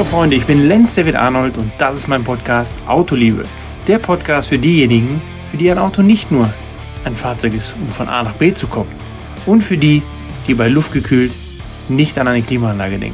Hallo Freunde, ich bin Lenz David Arnold und das ist mein Podcast Autoliebe. Der Podcast für diejenigen, für die ein Auto nicht nur ein Fahrzeug ist, um von A nach B zu kommen. Und für die, die bei Luft gekühlt nicht an eine Klimaanlage denken.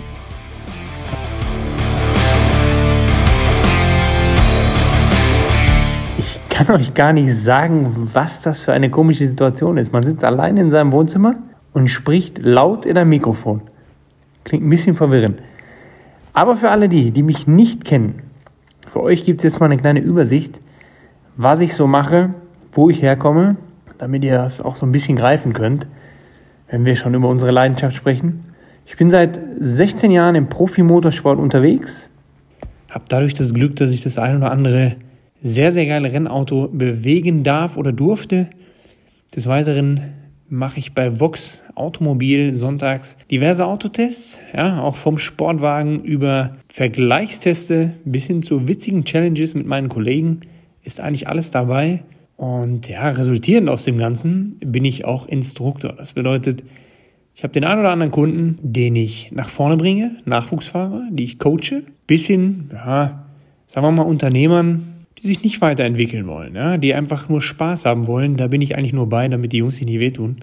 Ich kann euch gar nicht sagen, was das für eine komische Situation ist. Man sitzt allein in seinem Wohnzimmer und spricht laut in ein Mikrofon. Klingt ein bisschen verwirrend. Aber für alle die mich nicht kennen, für euch gibt es jetzt mal eine kleine Übersicht, was ich so mache, wo ich herkomme, damit ihr das auch so ein bisschen greifen könnt, wenn wir schon über unsere Leidenschaft sprechen. Ich bin seit 16 Jahren im Profi-Motorsport unterwegs, habe dadurch das Glück, dass ich das ein oder andere sehr, sehr geile Rennauto bewegen darf oder durfte. Des Weiteren mache ich bei Vox Automobil sonntags diverse Autotests, ja, auch vom Sportwagen über Vergleichsteste bis hin zu witzigen Challenges mit meinen Kollegen ist eigentlich alles dabei. Und ja, resultierend aus dem Ganzen bin ich auch Instruktor. Das bedeutet, ich habe den einen oder anderen Kunden, den ich nach vorne bringe, Nachwuchsfahrer, die ich coache, bis hin, ja, sagen wir mal Unternehmern, die sich nicht weiterentwickeln wollen, ja, die einfach nur Spaß haben wollen. Da bin ich eigentlich nur bei, damit die Jungs sich nicht wehtun.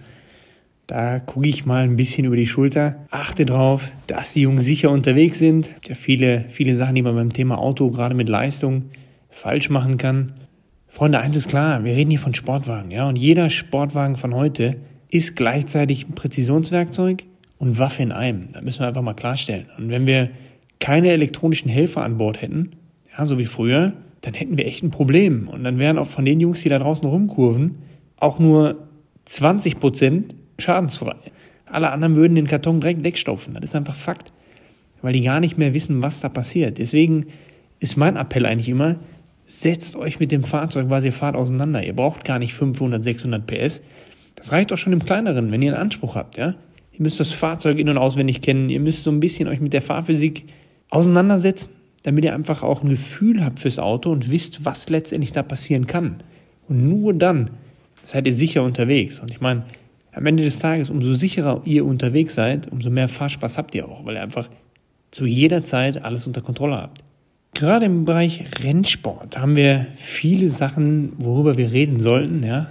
Da gucke ich mal ein bisschen über die Schulter, achte drauf, dass die Jungs sicher unterwegs sind. Es gibt ja viele Sachen, die man beim Thema Auto, gerade mit Leistung, falsch machen kann. Freunde, eins ist klar, wir reden hier von Sportwagen, ja, und jeder Sportwagen von heute ist gleichzeitig ein Präzisionswerkzeug und Waffe in einem. Da müssen wir einfach mal klarstellen. Und wenn wir keine elektronischen Helfer an Bord hätten, ja, so wie früher, dann hätten wir echt ein Problem. Und dann wären auch von den Jungs, die da draußen rumkurven, auch nur 20% schadensfrei. Alle anderen würden den Karton direkt wegstopfen. Das ist einfach Fakt. Weil die gar nicht mehr wissen, was da passiert. Deswegen ist mein Appell eigentlich immer, setzt euch mit dem Fahrzeug, was ihr fahrt, auseinander. Ihr braucht gar nicht 500, 600 PS. Das reicht auch schon im Kleineren, wenn ihr einen Anspruch habt. Ja? Ihr müsst das Fahrzeug in- und auswendig kennen. Ihr müsst so ein bisschen euch mit der Fahrphysik auseinandersetzen, damit ihr einfach auch ein Gefühl habt fürs Auto und wisst, was letztendlich da passieren kann. Und nur dann seid ihr sicher unterwegs. Und ich meine, am Ende des Tages, umso sicherer ihr unterwegs seid, umso mehr Fahrspaß habt ihr auch, weil ihr einfach zu jeder Zeit alles unter Kontrolle habt. Gerade im Bereich Rennsport haben wir viele Sachen, worüber wir reden sollten. Ja?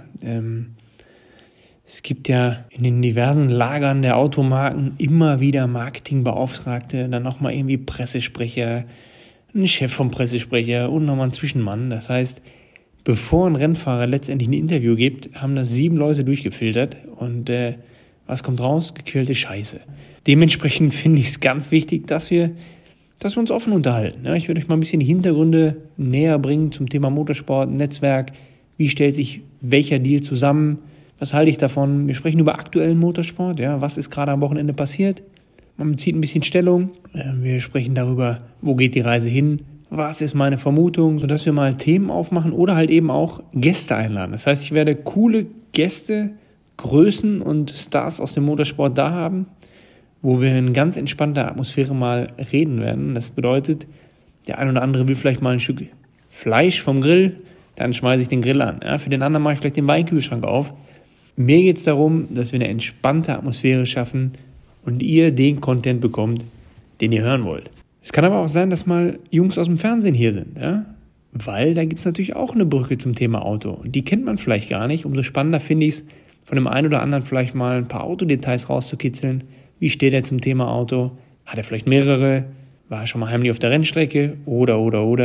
Es gibt ja in den diversen Lagern der Automarken immer wieder Marketingbeauftragte, dann nochmal irgendwie Pressesprecher, ein Chef vom Pressesprecher und nochmal ein Zwischenmann. Das heißt, bevor ein Rennfahrer letztendlich ein Interview gibt, haben das 7 Leute durchgefiltert und was kommt raus? Gequälte Scheiße. Dementsprechend finde ich es ganz wichtig, dass wir uns offen unterhalten. Ja, ich würde euch mal ein bisschen die Hintergründe näher bringen zum Thema Motorsport, Netzwerk. Wie stellt sich welcher Deal zusammen? Was halte ich davon? Wir sprechen über aktuellen Motorsport. Ja, was ist gerade am Wochenende passiert? Man bezieht ein bisschen Stellung. Wir sprechen darüber, wo geht die Reise hin? Was ist meine Vermutung? Sodass wir mal Themen aufmachen oder halt eben auch Gäste einladen. Das heißt, ich werde coole Gäste, Größen und Stars aus dem Motorsport da haben, wo wir in ganz entspannter Atmosphäre mal reden werden. Das bedeutet, der ein oder andere will vielleicht mal ein Stück Fleisch vom Grill, dann schmeiße ich den Grill an. Ja, für den anderen mache ich vielleicht den Weinkühlschrank auf. Mir geht es darum, dass wir eine entspannte Atmosphäre schaffen und ihr den Content bekommt, den ihr hören wollt. Es kann aber auch sein, dass mal Jungs aus dem Fernsehen hier sind, ja? Weil da gibt es natürlich auch eine Brücke zum Thema Auto. Und die kennt man vielleicht gar nicht. Umso spannender finde ich es, von dem einen oder anderen vielleicht mal ein paar Autodetails rauszukitzeln. Wie steht er zum Thema Auto? Hat er vielleicht mehrere? War er schon mal heimlich auf der Rennstrecke? Oder.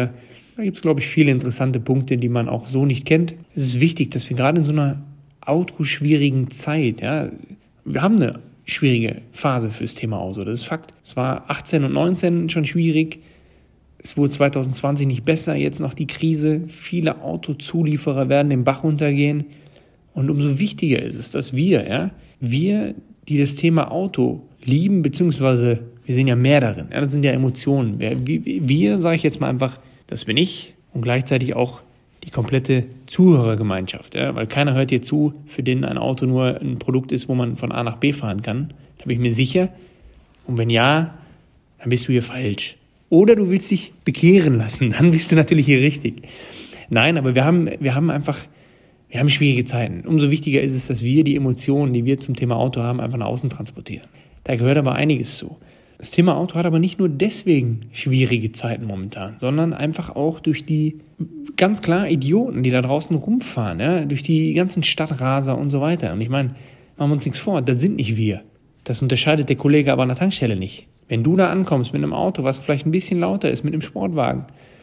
Da gibt es, glaube ich, viele interessante Punkte, die man auch so nicht kennt. Es ist wichtig, dass wir gerade in so einer autoschwierigen Zeit, ja, wir haben eine schwierige Phase fürs Thema Auto, das ist Fakt. Es war 18 und 19 schon schwierig. Es wurde 2020 nicht besser, jetzt noch die Krise. Viele Autozulieferer werden den Bach runtergehen. Und umso wichtiger ist es, dass wir, die das Thema Auto lieben, beziehungsweise wir sehen ja mehr darin. Ja, das sind ja Emotionen. Wir, sage ich jetzt mal einfach, das bin ich und gleichzeitig auch die komplette Zuhörergemeinschaft. Ja, weil keiner hört dir zu, für den ein Auto nur ein Produkt ist, wo man von A nach B fahren kann. Da bin ich mir sicher. Und wenn ja, dann bist du hier falsch. Oder du willst dich bekehren lassen, dann bist du natürlich hier richtig. Nein, aber wir haben schwierige Zeiten. Umso wichtiger ist es, dass wir die Emotionen, die wir zum Thema Auto haben, einfach nach außen transportieren. Da gehört aber einiges zu. Das Thema Auto hat aber nicht nur deswegen schwierige Zeiten momentan, sondern einfach auch durch die ganz klar Idioten, die da draußen rumfahren, ja, durch die ganzen Stadtraser und so weiter. Und ich meine, machen wir uns nichts vor, das sind nicht wir. Das unterscheidet der Kollege aber an der Tankstelle nicht. Wenn du da ankommst mit einem Auto, was vielleicht ein bisschen lauter ist, mit einem Sportwagen,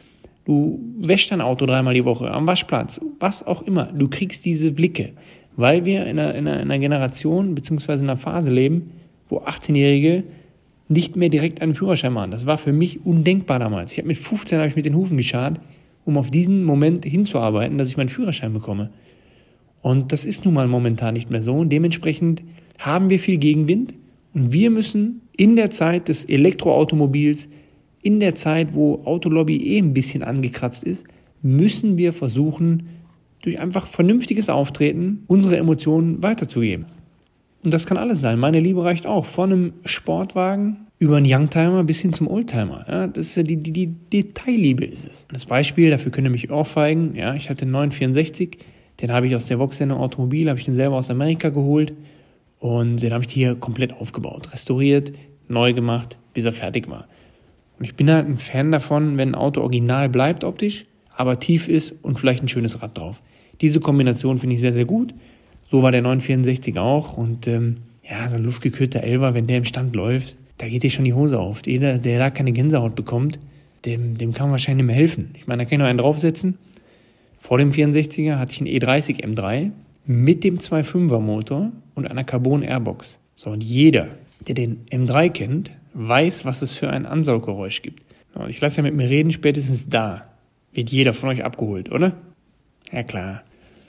du wäschst dein Auto 3-mal die Woche am Waschplatz, was auch immer, du kriegst diese Blicke, weil wir in einer Generation bzw. in einer Phase leben, wo 18-Jährige nicht mehr direkt einen Führerschein machen. Das war für mich undenkbar damals. Mit 15 habe ich mit den Hufen geschart, um auf diesen Moment hinzuarbeiten, dass ich meinen Führerschein bekomme. Und das ist nun mal momentan nicht mehr so. Und dementsprechend haben wir viel Gegenwind. Und wir müssen in der Zeit des Elektroautomobils, in der Zeit, wo Autolobby ein bisschen angekratzt ist, müssen wir versuchen, durch einfach vernünftiges Auftreten unsere Emotionen weiterzugeben. Und das kann alles sein. Meine Liebe reicht auch. Von einem Sportwagen über einen Youngtimer bis hin zum Oldtimer. Ja, das ist ja die Detailliebe ist es. Das Beispiel, dafür könnt ihr mich ohrfeigen. Ja, ich hatte einen 964, den habe ich aus der Vox-Sendung Automobil, habe ich den selber aus Amerika geholt. Und den habe ich hier komplett aufgebaut, restauriert, neu gemacht, bis er fertig war. Und ich bin halt ein Fan davon, wenn ein Auto original bleibt optisch, aber tief ist und vielleicht ein schönes Rad drauf. Diese Kombination finde ich sehr, sehr gut. So war der 964 auch. Und so ein luftgekühlter 11er, wenn der im Stand läuft, da geht dir schon die Hose auf. Jeder, der da keine Gänsehaut bekommt, dem kann man wahrscheinlich nicht mehr helfen. Ich meine, da kann ich noch einen draufsetzen. Vor dem 64er hatte ich einen E30 M3 mit dem 2.5er Motor und einer Carbon Airbox. So, und jeder, der den M3 kennt, weiß, was es für ein Ansauggeräusch gibt. Und ich lasse ja mit mir reden, spätestens da wird jeder von euch abgeholt, oder? Ja, klar.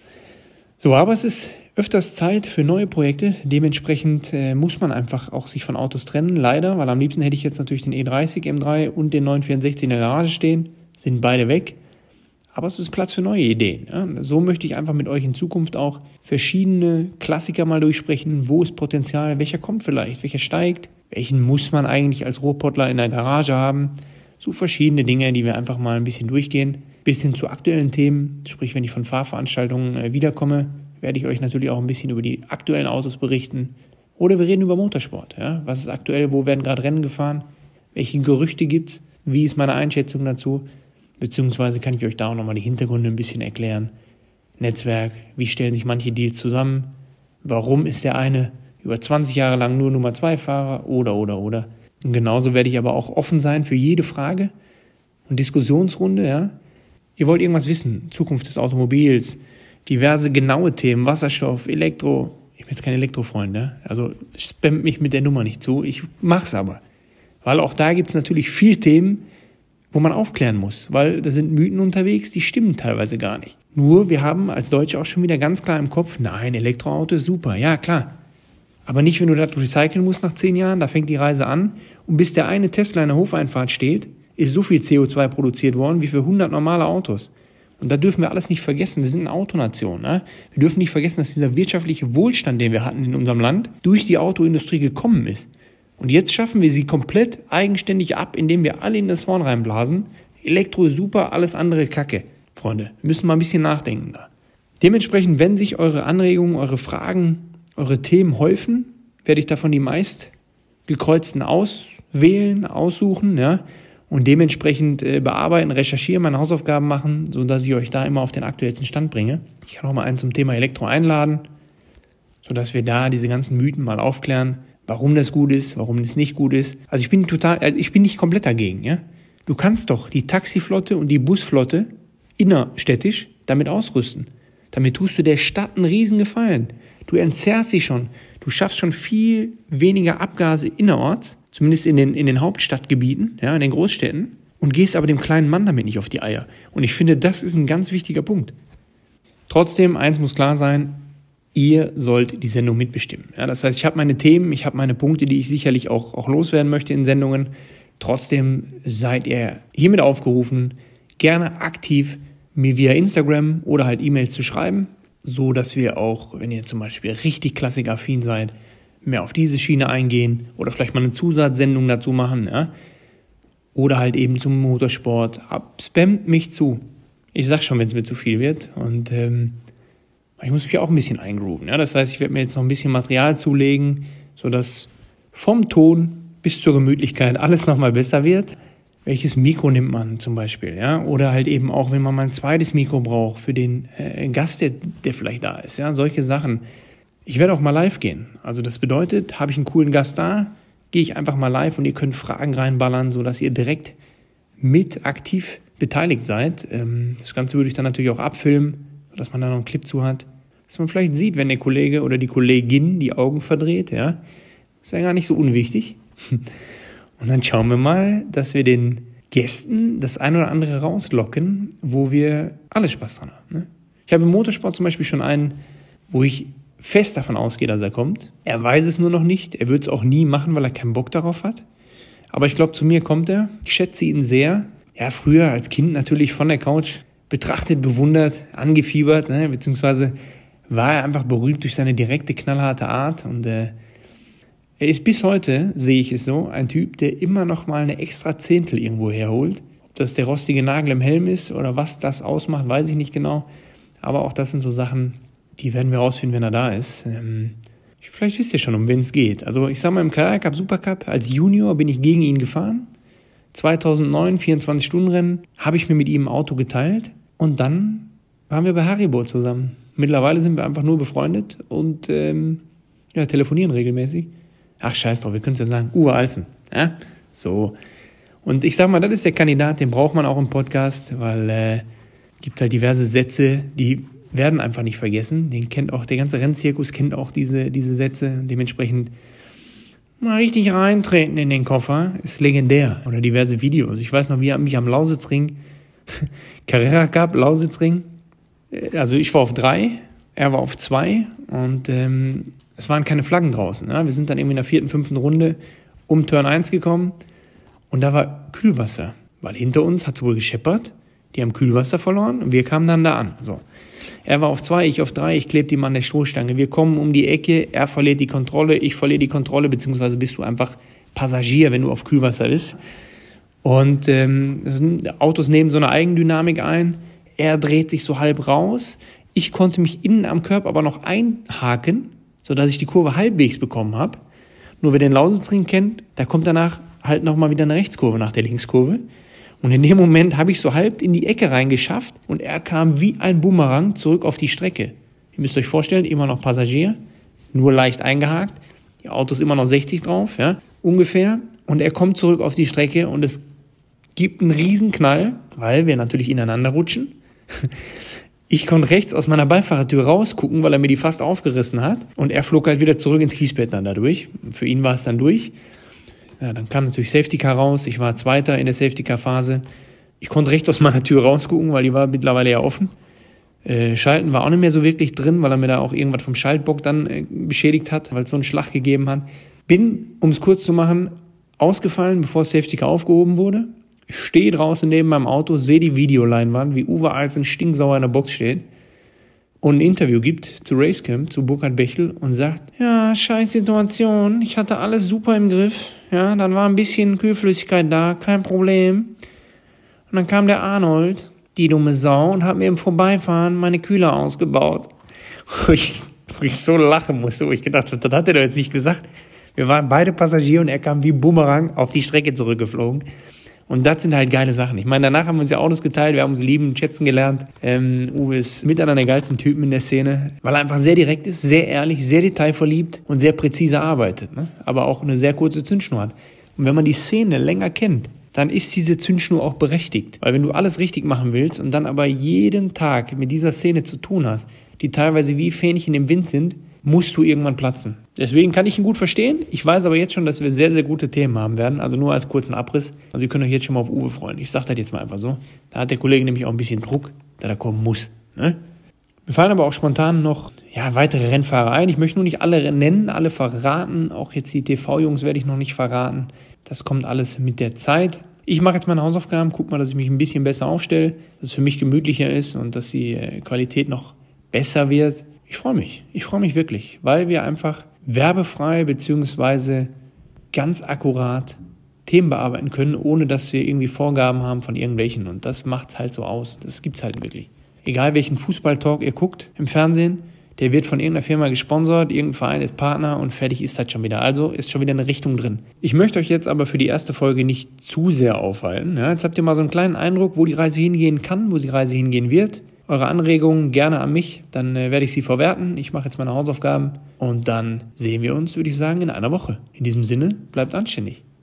So, aber es ist öfters Zeit für neue Projekte. Dementsprechend muss man einfach auch sich von Autos trennen, leider, weil am liebsten hätte ich jetzt natürlich den E30 M3 und den 964 in der Garage stehen. Sind beide weg. Aber es ist Platz für neue Ideen. Ja? So möchte ich einfach mit euch in Zukunft auch verschiedene Klassiker mal durchsprechen. Wo ist Potenzial? Welcher kommt vielleicht? Welcher steigt? Welchen muss man eigentlich als Ruhrpottler in der Garage haben? So verschiedene Dinge, die wir einfach mal ein bisschen durchgehen. Bis hin zu aktuellen Themen. Sprich, wenn ich von Fahrveranstaltungen wiederkomme, werde ich euch natürlich auch ein bisschen über die aktuellen Autos berichten. Oder wir reden über Motorsport. Ja? Was ist aktuell? Wo werden gerade Rennen gefahren? Welche Gerüchte gibt es? Wie ist meine Einschätzung dazu? Beziehungsweise kann ich euch da auch nochmal die Hintergründe ein bisschen erklären. Netzwerk, wie stellen sich manche Deals zusammen? Warum ist der eine über 20 Jahre lang nur Nummer 2 Fahrer? Oder. Und genauso werde ich aber auch offen sein für jede Frage und Diskussionsrunde. Ja? Ihr wollt irgendwas wissen, Zukunft des Automobils, diverse genaue Themen, Wasserstoff, Elektro. Ich bin jetzt kein Elektrofreund, ne? Also spammt mich mit der Nummer nicht zu. Ich mach's aber. Weil auch da gibt es natürlich viel Themen, wo man aufklären muss, weil da sind Mythen unterwegs, die stimmen teilweise gar nicht. Nur, wir haben als Deutsche auch schon wieder ganz klar im Kopf, nein, Elektroauto ist super, ja klar. Aber nicht, wenn du das recyceln musst nach 10 Jahren, da fängt die Reise an und bis der eine Tesla in der Hofeinfahrt steht, ist so viel CO2 produziert worden wie für 100 normale Autos. Und da dürfen wir alles nicht vergessen, wir sind eine Autonation. Ne? Wir dürfen nicht vergessen, dass dieser wirtschaftliche Wohlstand, den wir hatten in unserem Land, durch die Autoindustrie gekommen ist. Und jetzt schaffen wir sie komplett eigenständig ab, indem wir alle in das Horn reinblasen. Elektro ist super, alles andere Kacke. Freunde, wir müssen mal ein bisschen nachdenken da. Dementsprechend, wenn sich eure Anregungen, eure Fragen, eure Themen häufen, werde ich davon die meist gekreuzten auswählen, aussuchen, ja, und dementsprechend bearbeiten, recherchieren, meine Hausaufgaben machen, sodass ich euch da immer auf den aktuellsten Stand bringe. Ich kann auch mal einen zum Thema Elektro einladen, sodass wir da diese ganzen Mythen mal aufklären, warum das gut ist, warum das nicht gut ist. Also ich bin nicht komplett dagegen, ja. Du kannst doch die Taxiflotte und die Busflotte innerstädtisch damit ausrüsten. Damit tust du der Stadt einen riesen Gefallen. Du entzerrst sie schon. Du schaffst schon viel weniger Abgase innerorts, zumindest in den Hauptstadtgebieten, ja, in den Großstädten, und gehst aber dem kleinen Mann damit nicht auf die Eier. Und ich finde, das ist ein ganz wichtiger Punkt. Trotzdem, eins muss klar sein, ihr sollt die Sendung mitbestimmen. Ja, das heißt, ich habe meine Themen, ich habe meine Punkte, die ich sicherlich auch loswerden möchte in Sendungen. Trotzdem seid ihr hiermit aufgerufen, gerne aktiv mir via Instagram oder halt E-Mails zu schreiben, so dass wir auch, wenn ihr zum Beispiel richtig klassikaffin seid, mehr auf diese Schiene eingehen oder vielleicht mal eine Zusatzsendung dazu machen, ja? Oder halt eben zum Motorsport. Spammt mich zu. Ich sag schon, wenn es mir zu viel wird, und ich muss mich auch ein bisschen eingrooven. Ja? Das heißt, ich werde mir jetzt noch ein bisschen Material zulegen, sodass vom Ton bis zur Gemütlichkeit alles nochmal besser wird. Welches Mikro nimmt man zum Beispiel, ja? Oder halt eben auch, wenn man mal ein zweites Mikro braucht für den Gast, der vielleicht da ist, ja? Solche Sachen. Ich werde auch mal live gehen. Also das bedeutet, habe ich einen coolen Gast da, gehe ich einfach mal live und ihr könnt Fragen reinballern, sodass ihr direkt mit aktiv beteiligt seid. Das Ganze würde ich dann natürlich auch abfilmen, sodass man da noch einen Clip zu hat. Dass man vielleicht sieht, wenn der Kollege oder die Kollegin die Augen verdreht, ja. Ist ja gar nicht so unwichtig. Und dann schauen wir mal, dass wir den Gästen das ein oder andere rauslocken, wo wir alle Spaß dran haben. Ne? Ich habe im Motorsport zum Beispiel schon einen, wo ich fest davon ausgehe, dass er kommt. Er weiß es nur noch nicht. Er wird es auch nie machen, weil er keinen Bock darauf hat. Aber ich glaube, zu mir kommt er. Ich schätze ihn sehr. Ja, früher als Kind natürlich von der Couch betrachtet, bewundert, angefiebert, ne? Beziehungsweise war er einfach berühmt durch seine direkte, knallharte Art. Und er ist bis heute, sehe ich es so, ein Typ, der immer noch mal eine extra Zehntel irgendwo herholt. Ob das der rostige Nagel im Helm ist oder was das ausmacht, weiß ich nicht genau. Aber auch das sind so Sachen, die werden wir rausfinden, wenn er da ist. Vielleicht wisst ihr schon, um wen es geht. Also ich sage mal, im Carrera Cup, Supercup, als Junior bin ich gegen ihn gefahren. 2009, 24-Stunden-Rennen, habe ich mir mit ihm ein Auto geteilt. Und dann waren wir bei Haribo zusammen. Mittlerweile sind wir einfach nur befreundet und telefonieren regelmäßig. Ach, scheiß drauf, wir können es ja sagen, Uwe Alzen. Ja? So. Und ich sag mal, das ist der Kandidat, den braucht man auch im Podcast, weil gibt halt diverse Sätze, die werden einfach nicht vergessen. Den kennt auch, der ganze Rennzirkus kennt auch diese Sätze. Dementsprechend mal richtig reintreten in den Koffer, ist legendär. Oder diverse Videos. Ich weiß noch, wie er mich am Lausitzring, Carrera Cup, Lausitzring, also ich war auf 3, er war auf 2 und es waren keine Flaggen draußen. Ja? Wir sind dann irgendwie in der 4., 5. Runde um Turn 1 gekommen und da war Kühlwasser, weil hinter uns hat es wohl gescheppert. Die haben Kühlwasser verloren und wir kamen dann da an. So. Er war auf 2, ich auf 3, ich klebte ihm an der Stoßstange. Wir kommen um die Ecke, er verliert die Kontrolle, ich verliere die Kontrolle, beziehungsweise bist du einfach Passagier, wenn du auf Kühlwasser bist. Und Autos nehmen so eine Eigendynamik ein. Er dreht sich so halb raus. Ich konnte mich innen am Körper aber noch einhaken, sodass ich die Kurve halbwegs bekommen habe. Nur wer den Lausitzring kennt, da kommt danach halt nochmal wieder eine Rechtskurve nach der Linkskurve. Und in dem Moment habe ich so halb in die Ecke reingeschafft und er kam wie ein Bumerang zurück auf die Strecke. Ihr müsst euch vorstellen, immer noch Passagier, nur leicht eingehakt. Die Auto ist immer noch 60 drauf, ja, ungefähr. Und er kommt zurück auf die Strecke und es gibt einen Riesenknall, weil wir natürlich ineinander rutschen. Ich konnte rechts aus meiner Beifahrertür rausgucken, weil er mir die fast aufgerissen hat. Und er flog halt wieder zurück ins Kiesbett dann dadurch. Für ihn war es dann durch. Ja, dann kam natürlich Safety Car raus. Ich war Zweiter in der Safety Car Phase. Ich konnte rechts aus meiner Tür rausgucken, weil die war mittlerweile ja offen. Schalten war auch nicht mehr so wirklich drin, weil er mir da auch irgendwas vom Schaltbock dann beschädigt hat, weil es so einen Schlag gegeben hat. Bin, um es kurz zu machen, ausgefallen, bevor Safety Car aufgehoben wurde. Ich stehe draußen neben meinem Auto, sehe die Videoleinwand, wie Uwe Alzen stinksauer in der Box steht und ein Interview gibt zu Racecamp, zu Burkhard Bechtel und sagt, ja, scheiß Situation, ich hatte alles super im Griff, ja, dann war ein bisschen Kühlflüssigkeit da, kein Problem. Und dann kam der Arnold, die dumme Sau, und hat mir im Vorbeifahren meine Kühler ausgebaut. Wo ich so lachen musste, wo ich gedacht habe, das hat er doch jetzt nicht gesagt. Wir waren beide Passagiere und er kam wie Bumerang auf die Strecke zurückgeflogen. Und das sind halt geile Sachen. Ich meine, danach haben wir uns ja Autos geteilt, wir haben uns lieben, schätzen gelernt. Uwe ist mit einer der geilsten Typen in der Szene, weil er einfach sehr direkt ist, sehr ehrlich, sehr detailverliebt und sehr präzise arbeitet, ne? Aber auch eine sehr kurze Zündschnur hat. Und wenn man die Szene länger kennt, dann ist diese Zündschnur auch berechtigt. Weil wenn du alles richtig machen willst und dann aber jeden Tag mit dieser Szene zu tun hast, die teilweise wie Fähnchen im Wind sind, musst du irgendwann platzen. Deswegen kann ich ihn gut verstehen. Ich weiß aber jetzt schon, dass wir sehr, sehr gute Themen haben werden. Also nur als kurzen Abriss. Also ihr könnt euch jetzt schon mal auf Uwe freuen. Ich sage das jetzt mal einfach so. Da hat der Kollege nämlich auch ein bisschen Druck, da kommen muss. Ne? Mir fallen aber auch spontan noch weitere Rennfahrer ein. Ich möchte nur nicht alle nennen, alle verraten. Auch jetzt die TV-Jungs werde ich noch nicht verraten. Das kommt alles mit der Zeit. Ich mache jetzt meine Hausaufgaben, guck mal, dass ich mich ein bisschen besser aufstelle, dass es für mich gemütlicher ist und dass die Qualität noch besser wird. Ich freue mich wirklich, weil wir einfach werbefrei bzw. ganz akkurat Themen bearbeiten können, ohne dass wir irgendwie Vorgaben haben von irgendwelchen. Und das macht es halt so aus. Das gibt's halt wirklich. Egal welchen Fußballtalk ihr guckt im Fernsehen, der wird von irgendeiner Firma gesponsert, irgendein Verein ist Partner und fertig ist das schon wieder. Also ist schon wieder eine Richtung drin. Ich möchte euch jetzt aber für die erste Folge nicht zu sehr aufhalten. Ja, jetzt habt ihr mal so einen kleinen Eindruck, wo die Reise hingehen kann, wo die Reise hingehen wird. Eure Anregungen gerne an mich, dann werde ich sie verwerten. Ich mache jetzt meine Hausaufgaben und dann sehen wir uns, würde ich sagen, in einer Woche. In diesem Sinne, bleibt anständig.